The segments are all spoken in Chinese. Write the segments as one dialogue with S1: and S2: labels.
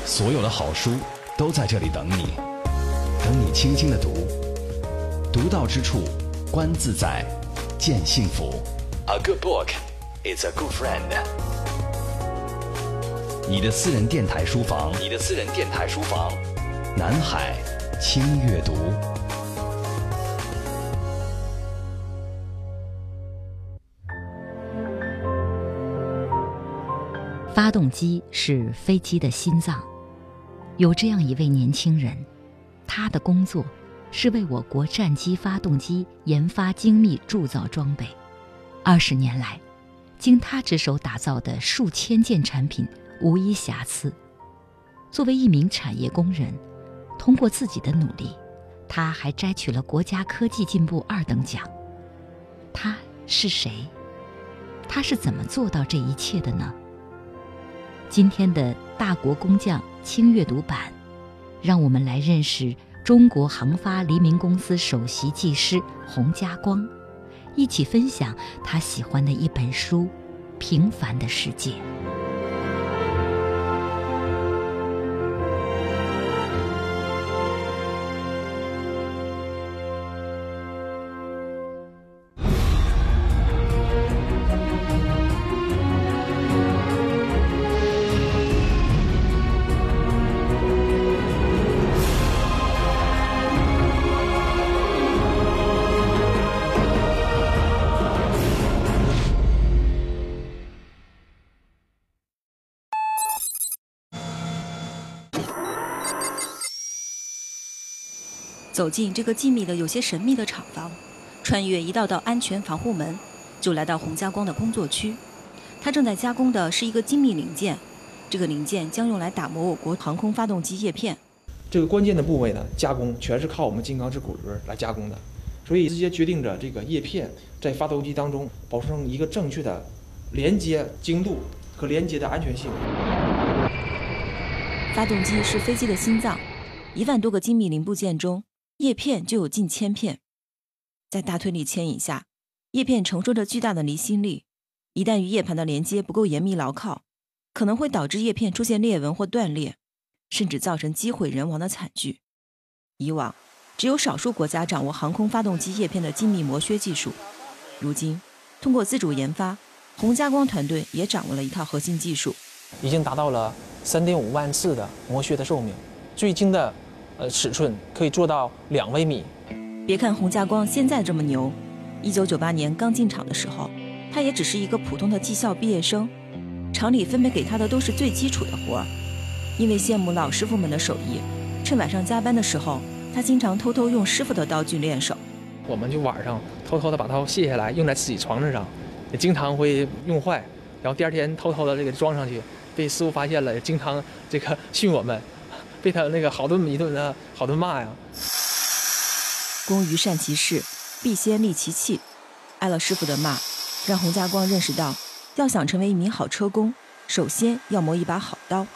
S1: 所有的好书都在这里等你，等你轻轻的读，读到之处，观自在，见幸福。A good book is a good friend。你的私人电台书房，你的私人电台书房，南海轻阅读。
S2: 发动机是飞机的心脏。有这样一位年轻人，他的工作是为我国战机发动机研发精密铸造装备。20年来，经他之手打造的数千件产品无一瑕疵。作为一名产业工人，通过自己的努力，他还摘取了国家科技进步2等奖。他是谁？他是怎么做到这一切的呢？今天的大国工匠轻阅读版，让我们来认识中国航发黎明公司首席技师洪家光，一起分享他喜欢的一本书《平凡的世界》。
S3: 走进这个静谧的有些神秘的厂房，穿越一道道安全防护门，就来到洪家光的工作区。他正在加工的是一个精密零件，这个零件将用来打磨我国航空发动机叶片。
S4: 这个关键的部位呢，加工全是靠我们金刚制骨轮来加工的，所以直接决定着这个叶片在发动机当中保证一个正确的连接精度和连接的安全性。
S3: 发动机是飞机的心脏，1万多个精密零部件中，叶片就有近1000片。在大推力牵引下，叶片承受着巨大的离心力，一旦与叶盘的连接不够严密牢靠，可能会导致叶片出现裂纹或断裂，甚至造成机毁人亡的惨剧。以往只有少数国家掌握航空发动机叶片的精密磨削技术，如今通过自主研发，洪家光团队也掌握了一套核心技术，
S5: 已经达到了3.5万次的磨削的寿命，最精的尺寸可以做到2微米。
S3: 别看洪家光现在这么牛，1998年刚进厂的时候，他也只是一个普通的技校毕业生，厂里分配给他的都是最基础的活儿。因为羡慕老师傅们的手艺，趁晚上加班的时候，他经常偷偷用师傅的刀具练手。
S5: 我们就晚上偷偷的把刀卸下来，用在自己床子上，也经常会用坏，然后第2天偷偷的这个装上去，被师傅发现了，也经常这个训我们，被他那个好顿一顿的好顿骂呀。
S3: 工于善其事，必先利其器。挨了师傅的骂，让洪家光认识到，要想成为一名好车工，首先要磨一把好刀。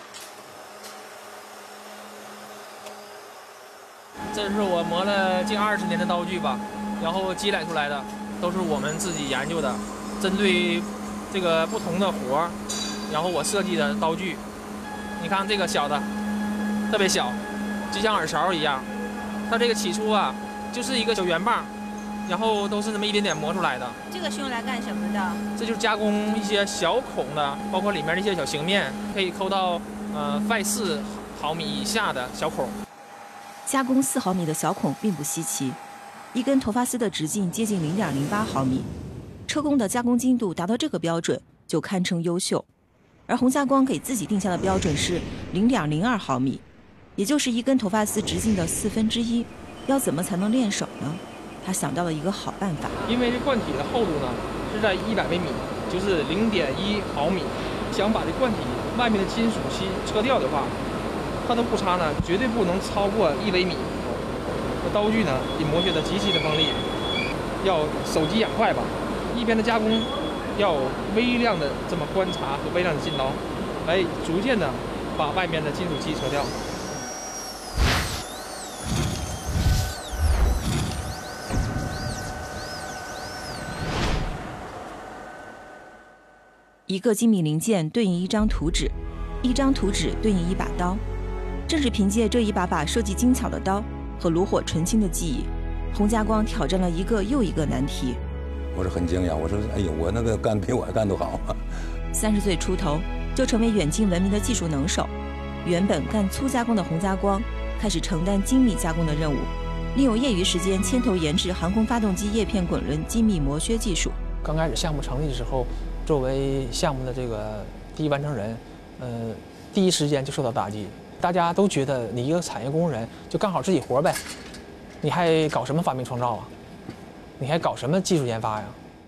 S5: 这是我磨了近20年的刀具吧，然后积累出来的，都是我们自己研究的，针对这个不同的活儿，然后我设计的刀具。你看这个小的，特别小，就像耳勺一样。它这个起初啊，就是一个小圆棒，然后都是那么一点点磨出来的。
S3: 这个是用来干什么的？
S5: 这就是加工一些小孔的，包括里面的一些小形面，可以抠到4毫米以下的小孔。
S3: 加工4毫米的小孔并不稀奇，一根头发丝的直径接近0.08毫米，车工的加工精度达到这个标准就堪称优秀。而洪家光给自己定下的标准是0.02毫米，也就是一根头发丝直径的1/4。要怎么才能练手呢？他想到了一个好办法。
S5: 因为这罐体的厚度呢是在100微米，就是0.1毫米。想把这罐体外面的金属漆撤掉的话，它的误差呢绝对不能超过1微米。这刀具呢也磨削的极其的锋利，要手疾眼快吧。一边的加工要微量的这么观察和微量的进刀，来逐渐的把外面的金属漆撤掉。
S3: 一个精密零件对应一张图纸，一张图纸对应一把刀， 正是凭借这一把把设计精巧的刀和炉火纯青的技艺，洪家光挑战了一个又一个难题。
S6: 我是很惊讶，我说哎呦，我那个干比我干都好。
S3: 30岁出头就成为远近闻名的技术能手，原本干粗加工的洪家光开始承担精密加工的任务，利用业余时间牵头研制航空发动机叶片滚轮精密磨削技术。
S5: 刚开始项目成立的时候，作为项目的这个第一完成人，第一时间就受到打击。大家都觉得你一个产业工人就干好自己活呗，你还搞什么发明创造啊？你还搞什么技术研发呀？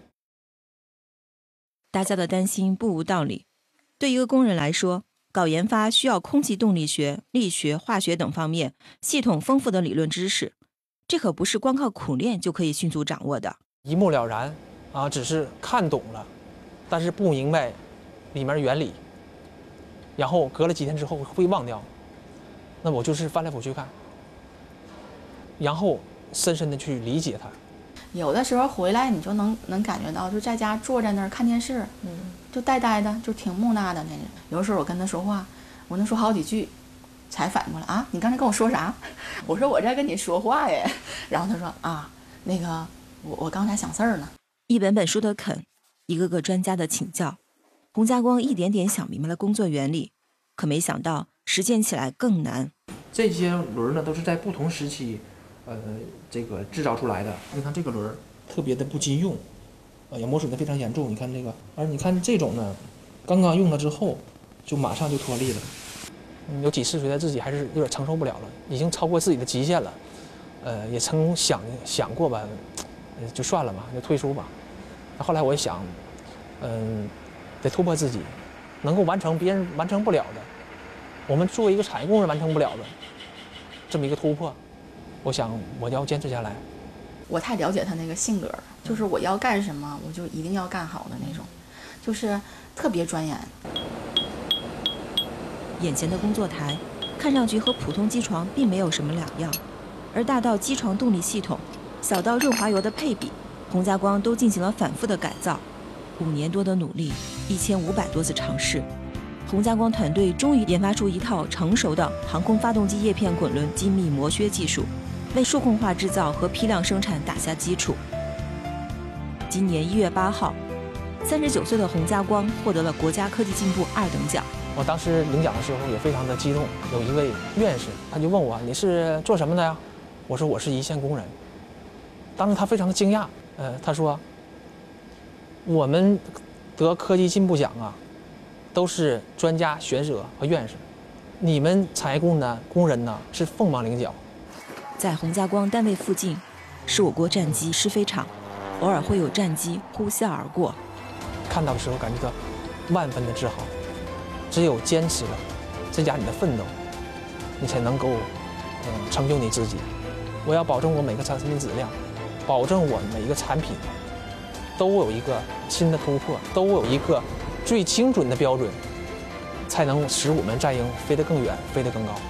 S3: 大家的担心不无道理。对一个工人来说，搞研发需要空气动力学、力学、化学等方面系统丰富的理论知识，这可不是光靠苦练就可以迅速掌握的。
S5: 一目了然啊，只是看懂了，但是不明白里面原理，然后隔了几天之后会忘掉。那我就是翻来覆去看，然后深深的去理解它。
S7: 有的时候回来你就能感觉到，就在家坐在那儿看电视，就呆呆的，就挺木讷的那种。有的时候我跟他说话，我能说好几句，才反应过来啊，你刚才跟我说啥？我说我在跟你说话耶。然后他说啊，那个我刚才想事儿呢。
S3: 一本本书的啃，一个个专家的请教，洪家光一点点想明白了工作原理，可没想到实践起来更难。
S4: 这些轮呢，都是在不同时期，这个制造出来的。你看这个轮特别的不经用，也磨损的非常严重。你看这个，而你看这种呢，刚刚用了之后，就马上就脱力了。
S5: 有几次觉得自己还是有点承受不了了，已经超过自己的极限了。也曾想过吧，就算了吧，就退出吧。后来我一想，得突破自己，能够完成别人完成不了的，我们作为一个产业工人完成不了的这么一个突破，我想我要坚持下来。
S7: 我太了解他那个性格，就是我要干什么我就一定要干好的那种，就是特别钻研。
S3: 眼前的工作台看上去和普通机床并没有什么两样，而大到机床动力系统，小到润滑油的配比，洪家光都进行了反复的改造。5年多的努力，1500多次尝试，洪家光团队终于研发出一套成熟的航空发动机叶片滚轮精密磨削技术，为数控化制造和批量生产打下基础。今年1月8号，39岁的洪家光获得了国家科技进步2等奖。
S5: 我当时领奖的时候也非常的激动，有一位院士他就问我，你是做什么的呀？我说我是一线工人。当时他非常的惊讶，他说我们得科技进步奖啊，都是专家学者和院士，你们产业工人呢是凤毛麟角。
S3: 在洪家光单位附近是我国战机试飞场，偶尔会有战机呼啸而过。
S5: 看到的时候感觉到万分的自豪，只有坚持了，增加你的奋斗，你才能够成就你自己。我要保证我每个产品质量，保证我每一个产品都有一个新的突破，都有一个最精准的标准，才能使我们战鹰飞得更远，飞得更高。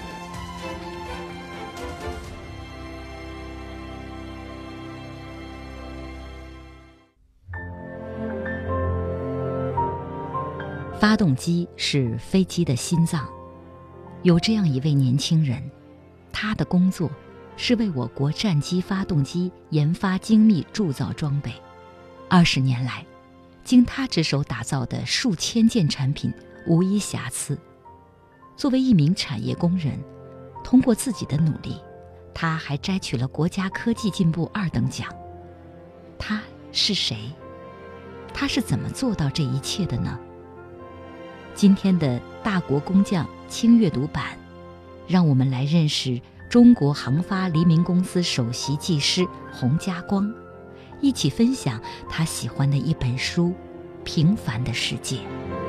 S2: 发动机是飞机的心脏，有这样一位年轻人，他的工作是为我国战机发动机研发精密铸造装备。20年来，经他之手打造的数千件产品无一瑕疵。作为一名产业工人，通过自己的努力，他还摘取了国家科技进步2等奖。他是谁？他是怎么做到这一切的呢？今天的大国工匠轻阅读版，让我们来认识中国航发黎明公司首席技师洪家光，一起分享他喜欢的一本书《平凡的世界》。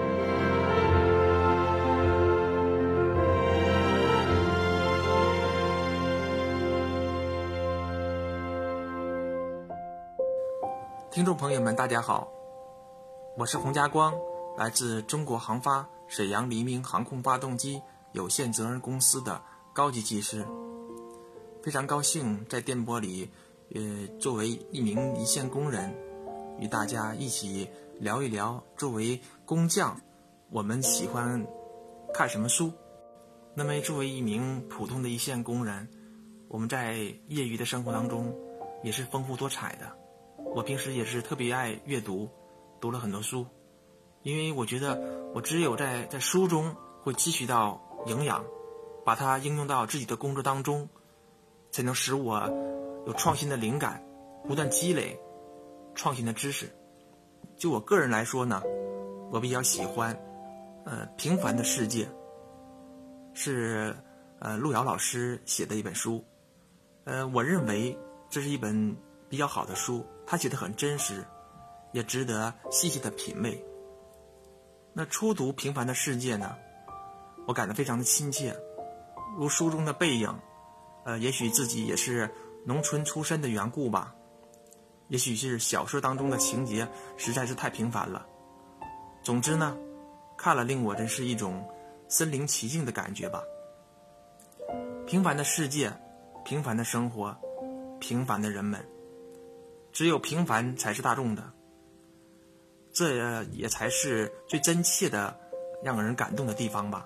S8: 听众朋友们，大家好，我是洪家光，来自中国航发沈阳黎明航空发动机有限责任公司的高级技师，非常高兴在电波里，作为一名一线工人，与大家一起聊一聊作为工匠，我们喜欢看什么书。 那么作为一名普通的一线工人，我们在业余的生活当中也是丰富多彩的。我平时也是特别爱阅读，读了很多书，因为我觉得我只有在书中会汲取到营养，把它应用到自己的工作当中，才能使我有创新的灵感，不断积累创新的知识。就我个人来说呢，我比较喜欢平凡的世界，是路遥老师写的一本书。我认为这是一本比较好的书，他写得很真实，也值得细细的品味。那初读平凡的世界呢，我感到非常的亲切，如书中的背影，也许自己也是农村出身的缘故吧，也许是小说当中的情节实在是太平凡了。总之呢，看了令我真是一种身临其境的感觉吧。平凡的世界，平凡的生活，平凡的人们，只有平凡才是大众的，这也才是最真切的让人感动的地方吧。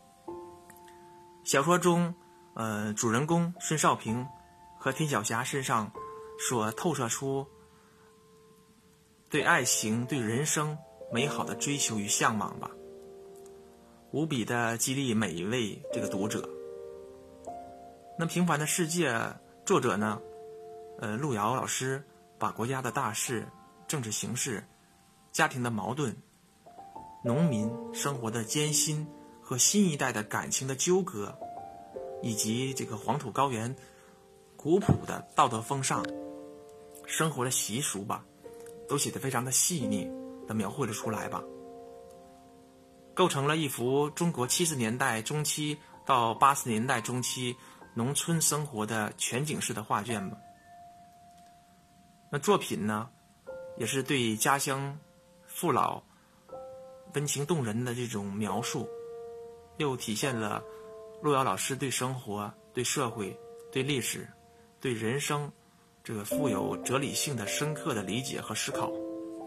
S8: 小说中主人公孙少平和田晓霞身上所透射出对爱情、对人生美好的追求与向往吧，无比的激励每一位这个读者。那平凡的世界作者呢，路遥老师把国家的大事、政治形势、家庭的矛盾、农民生活的艰辛和新一代的感情的纠葛，以及这个黄土高原古朴的道德风尚、生活的习俗吧，都写得非常的细腻的描绘了出来吧，构成了一幅中国70年代中期到80年代中期农村生活的全景式的画卷吧。那作品呢，也是对家乡父老温情动人的这种描述，又体现了路遥老师对生活、对社会、对历史、对人生这个富有哲理性的深刻的理解和思考。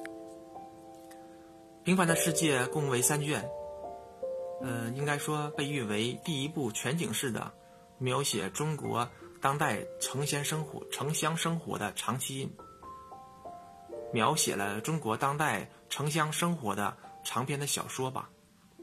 S8: 平凡的世界共为3卷，应该说被誉为第一部全景式的描写中国当代城乡生活的长期，描写了中国当代城乡生活的长篇的小说吧。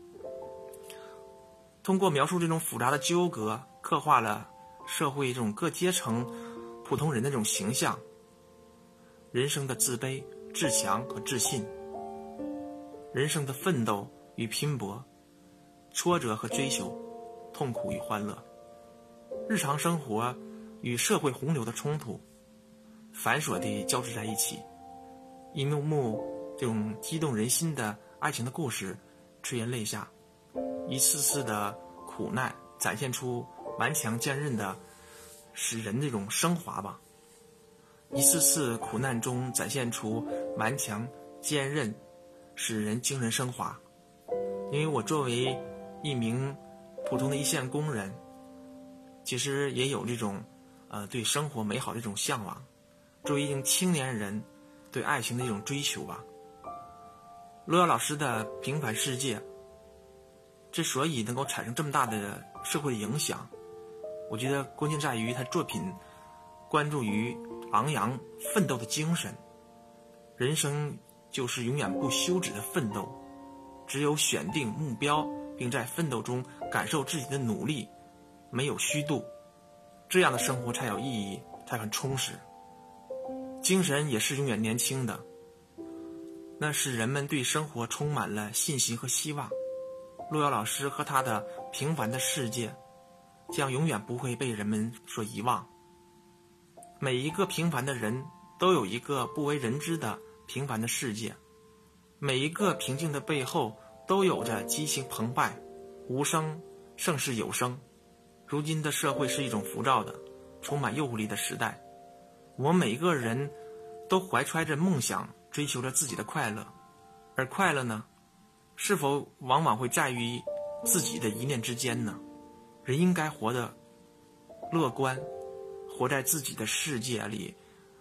S8: 通过描述这种复杂的纠葛，刻画了社会这种各阶层普通人的这种形象，人生的自卑、自强和自信，人生的奋斗与拼搏，挫折和追求，痛苦与欢乐，日常生活与社会洪流的冲突，繁琐地交织在一起，一幕幕这种激动人心的爱情的故事催人泪下，一次次的苦难展现出顽强坚韧的使人这种升华吧，一次次苦难中展现出顽强坚韧使人精神升华。因为我作为一名普通的一线工人，其实也有这种对生活美好的这种向往，作为一名青年人对爱情的一种追求吧。路遥老师的平凡世界之所以能够产生这么大的社会影响，我觉得关键在于他作品关注于昂扬奋斗的精神。人生就是永远不休止的奋斗，只有选定目标并在奋斗中感受自己的努力，没有虚度，这样的生活才有意义，才很充实，精神也是永远年轻的，那使人们对生活充满了信心和希望。路遥老师和他的平凡的世界将永远不会被人们所遗忘。每一个平凡的人都有一个不为人知的平凡的世界，每一个平静的背后都有着激情澎湃，无声胜似有声。如今的社会是一种浮躁的充满诱惑力的时代，我们每一个人都怀揣着梦想，追求着自己的快乐，而快乐呢，是否往往会在于自己的一念之间呢？人应该活得乐观，活在自己的世界里，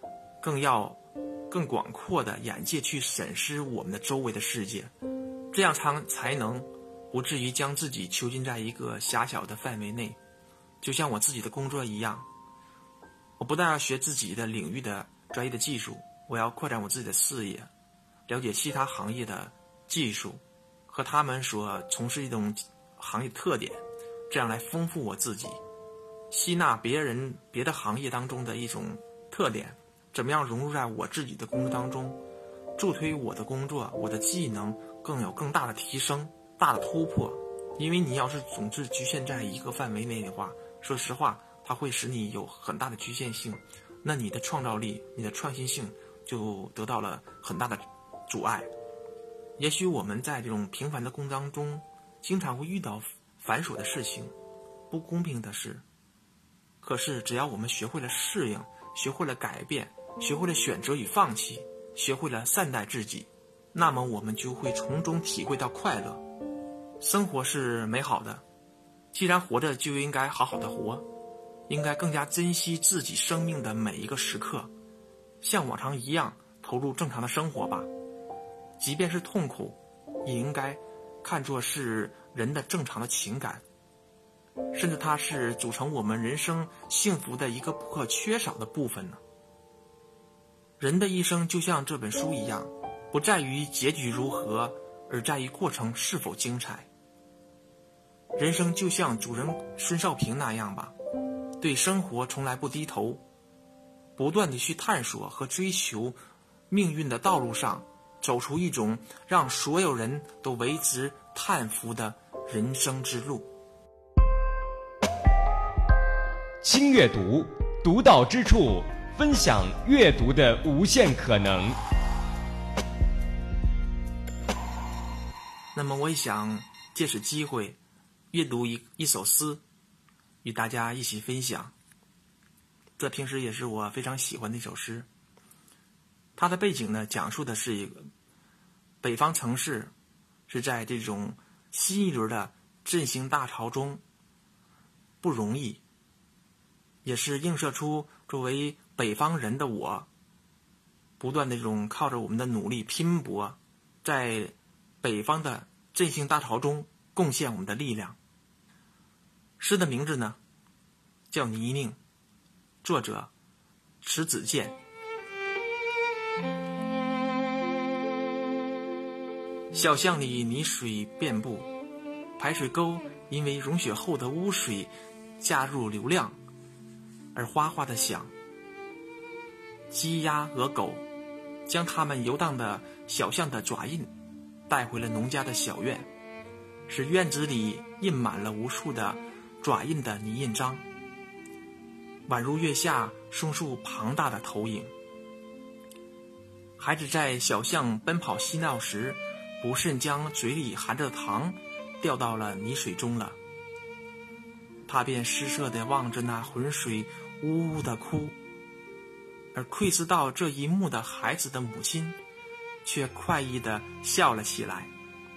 S8: 更广阔的眼界去审视我们的周围的世界，这样才能不至于将自己囚禁在一个狭小的范围内。就像我自己的工作一样，我不但要学自己的领域的专业的技术，我要扩展我自己的视野，了解其他行业的技术和他们所从事一种行业特点，这样来丰富我自己，吸纳别的行业当中的一种特点，怎么样融入在我自己的工作当中，助推我的工作，我的技能更大的提升，大的突破。因为你要是总是局限在一个范围内的话，说实话它会使你有很大的局限性，那你的创造力，你的创新性就得到了很大的阻碍。也许我们在这种平凡的工作当中经常会遇到繁琐的事情，不公平的事，可是只要我们学会了适应，学会了改变，学会了选择与放弃，学会了善待自己，那么我们就会从中体会到快乐。生活是美好的，既然活着就应该好好的活，应该更加珍惜自己生命的每一个时刻，像往常一样投入正常的生活吧。即便是痛苦，也应该看作是人的正常的情感，甚至它是组成我们人生幸福的一个不可缺少的部分呢。人的一生就像这本书一样，不在于结局如何，而在于过程是否精彩。人生就像主人孙少平那样吧，对生活从来不低头，不断地去探索和追求命运的道路上，走出一种让所有人都为之叹服的人生之路。
S9: 轻阅读，独到之处，分享阅读的无限可能。
S8: 那么我也想借此机会阅读一首诗，与大家一起分享。这平时也是我非常喜欢的一首诗。它的背景呢，讲述的是一个北方城市是在这种新一轮的振兴大潮中不容易，也是映射出作为北方人的我，不断的这种靠着我们的努力拼搏，在北方的振兴大潮中贡献我们的力量。诗的名字呢叫《泥泞》，作者迟子建。小巷里泥水遍布，排水沟因为融雪后的污水加入流量而哗哗的响。鸡鸭鹅狗将它们游荡的小巷的爪印带回了农家的小院，使院子里印满了无数的爪印的泥印章，宛如月下松树庞大的投影。孩子在小巷奔跑嬉闹时，不慎将嘴里含着糖掉到了泥水中了，他便失色地望着那浑水呜呜地哭，而窥视到这一幕的孩子的母亲却快意地笑了起来。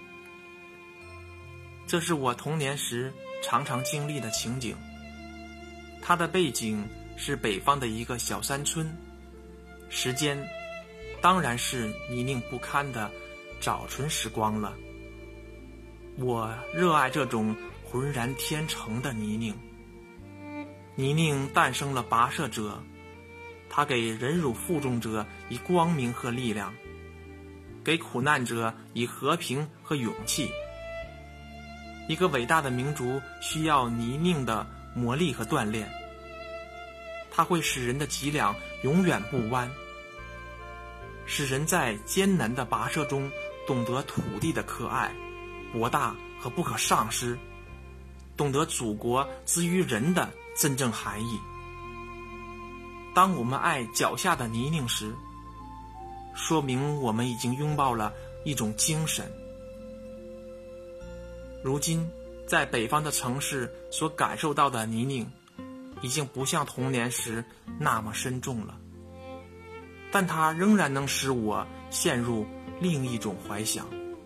S8: 这是我童年时常常经历的情景。它的背景是北方的一个小山村，时间当然是泥泞不堪的早春时光了。我热爱这种浑然天成的泥泞。泥泞诞生了跋涉者，它给忍辱负重者以光明和力量，给苦难者以和平和勇气。一个伟大的民族需要泥泞的磨砺和锻炼，它会使人的脊梁永远不弯，使人在艰难的跋涉中懂得土地的可爱、博大和不可丧失，懂得祖国之于人的真正含义。当我们爱脚下的泥泞时，说明我们已经拥抱了一种精神。如今在北方的城市所感受到的泥泞已经不像童年时那么深重了，但它仍然能使我陷入另一种怀想。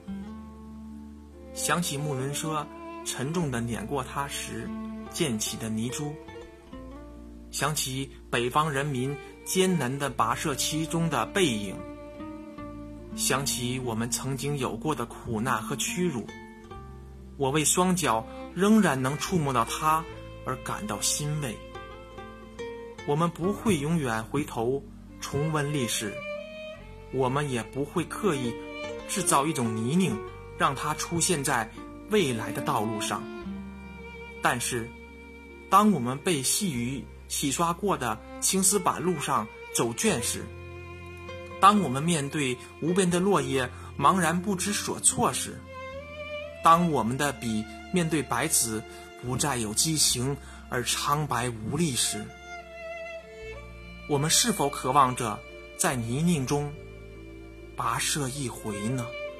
S8: 想起木轮车沉重地碾过它时溅起的泥珠，想起北方人民艰难地跋涉其中的背影，想起我们曾经有过的苦难和屈辱， 我为双脚仍然能触摸到它而感到欣慰。我们不会永远回头重温历史，我们也不会刻意制造一种泥泞，让它出现在未来的道路上。但是当我们被细雨洗刷过的青丝板路上走倦时，当我们面对无边的落叶茫然不知所措时，当我们的笔面对白纸不再有激情而苍白无力时，我们是否渴望着在泥泞中跋涉一回呢？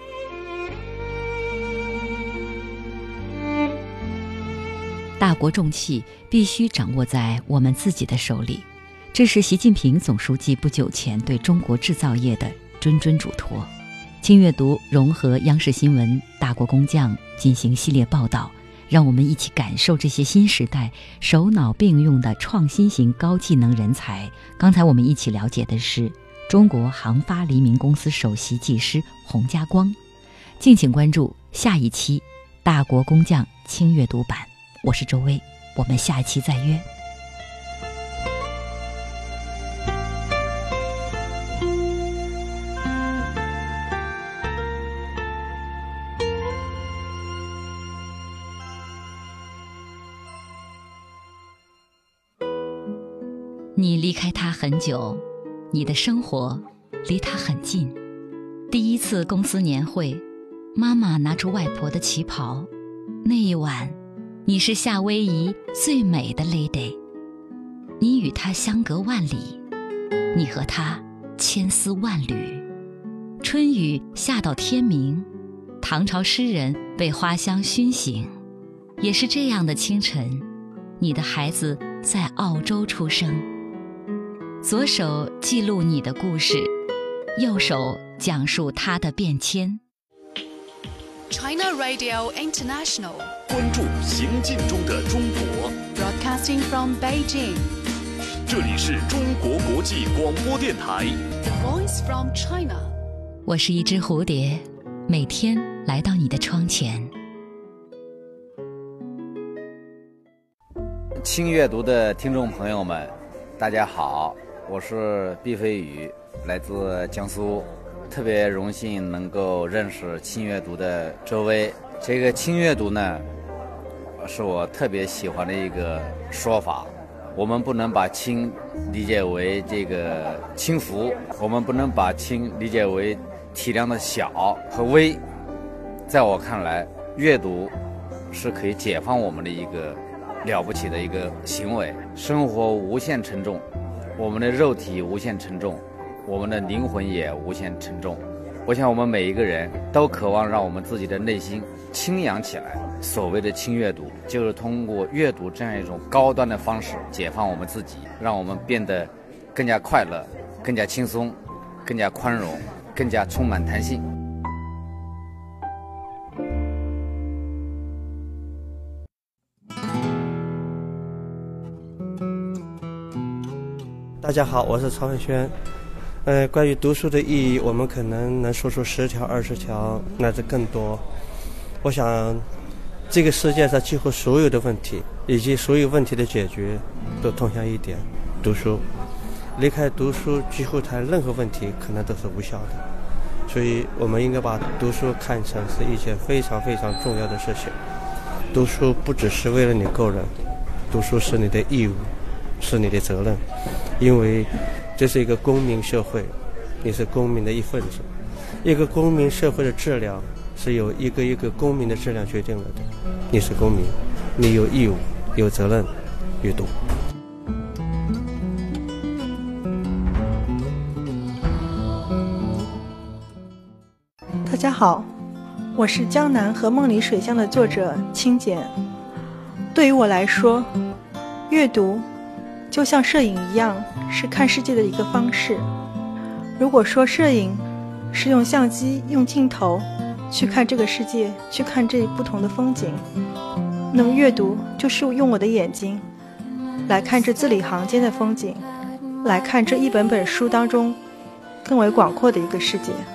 S2: 大国重器必须掌握在我们自己的手里，这是习近平总书记不久前对中国制造业的谆谆嘱托。轻阅读融合央视新闻、大国工匠进行系列报道，让我们一起感受这些新时代手脑并用的创新型高技能人才。刚才我们一起了解的是中国航发黎明公司首席技师洪家光。敬请关注下一期大国工匠轻阅读版。我是周薇，我们下一期再约。你离开他很久，你的生活离他很近。第一次公司年会，妈妈拿出外婆的旗袍，那一晚你是夏威夷最美的 lady， 你与她相隔万里，你和她千丝万缕。春雨下到天明，唐朝诗人被花香熏醒。也是这样的清晨，你的孩子在澳洲出生。左手记录你的故事，右手讲述他的变迁。
S10: China Radio International，
S1: 关注行进中的中国。
S10: Broadcasting from Beijing，
S1: 这里是中国国际广播电台。
S10: Voice from China。
S2: 我是一只蝴蝶，每天来到你的窗前。
S11: 轻阅读的听众朋友们，大家好，我是毕飞宇，来自江苏。特别荣幸能够认识轻阅读的周薇。这个轻阅读呢，是我特别喜欢的一个说法。我们不能把轻理解为这个轻浮，我们不能把轻理解为体量的小和微。在我看来，阅读是可以解放我们的一个了不起的一个行为。生活无限沉重，我们的肉体无限沉重，我们的灵魂也无限沉重。我想我们每一个人都渴望让我们自己的内心轻扬起来。所谓的轻阅读，就是通过阅读这样一种高端的方式解放我们自己，让我们变得更加快乐，更加轻松，更加宽容，更加充满弹性。
S12: 大家好，我是曹文轩。关于读书的意义，我们可能能说出10条、20条，乃至更多。我想，这个世界上几乎所有的问题，以及所有问题的解决，都通向一点：读书。离开读书，几乎谈任何问题可能都是无效的。所以，我们应该把读书看成是一件非常非常重要的事情。读书不只是为了你个人，读书是你的义务，是你的责任，因为这是一个公民社会，你是公民的一份子。一个公民社会的质量是由一个一个公民的质量决定了的。你是公民，你有义务，有责任阅读。
S13: 大家好，我是江南和梦里水乡的作者清简。对于我来说，阅读就像摄影一样，是看世界的一个方式。如果说摄影是用相机、用镜头去看这个世界，去看这不同的风景，那么阅读就是用我的眼睛来看这字里行间的风景，来看这一本本书当中更为广阔的一个世界。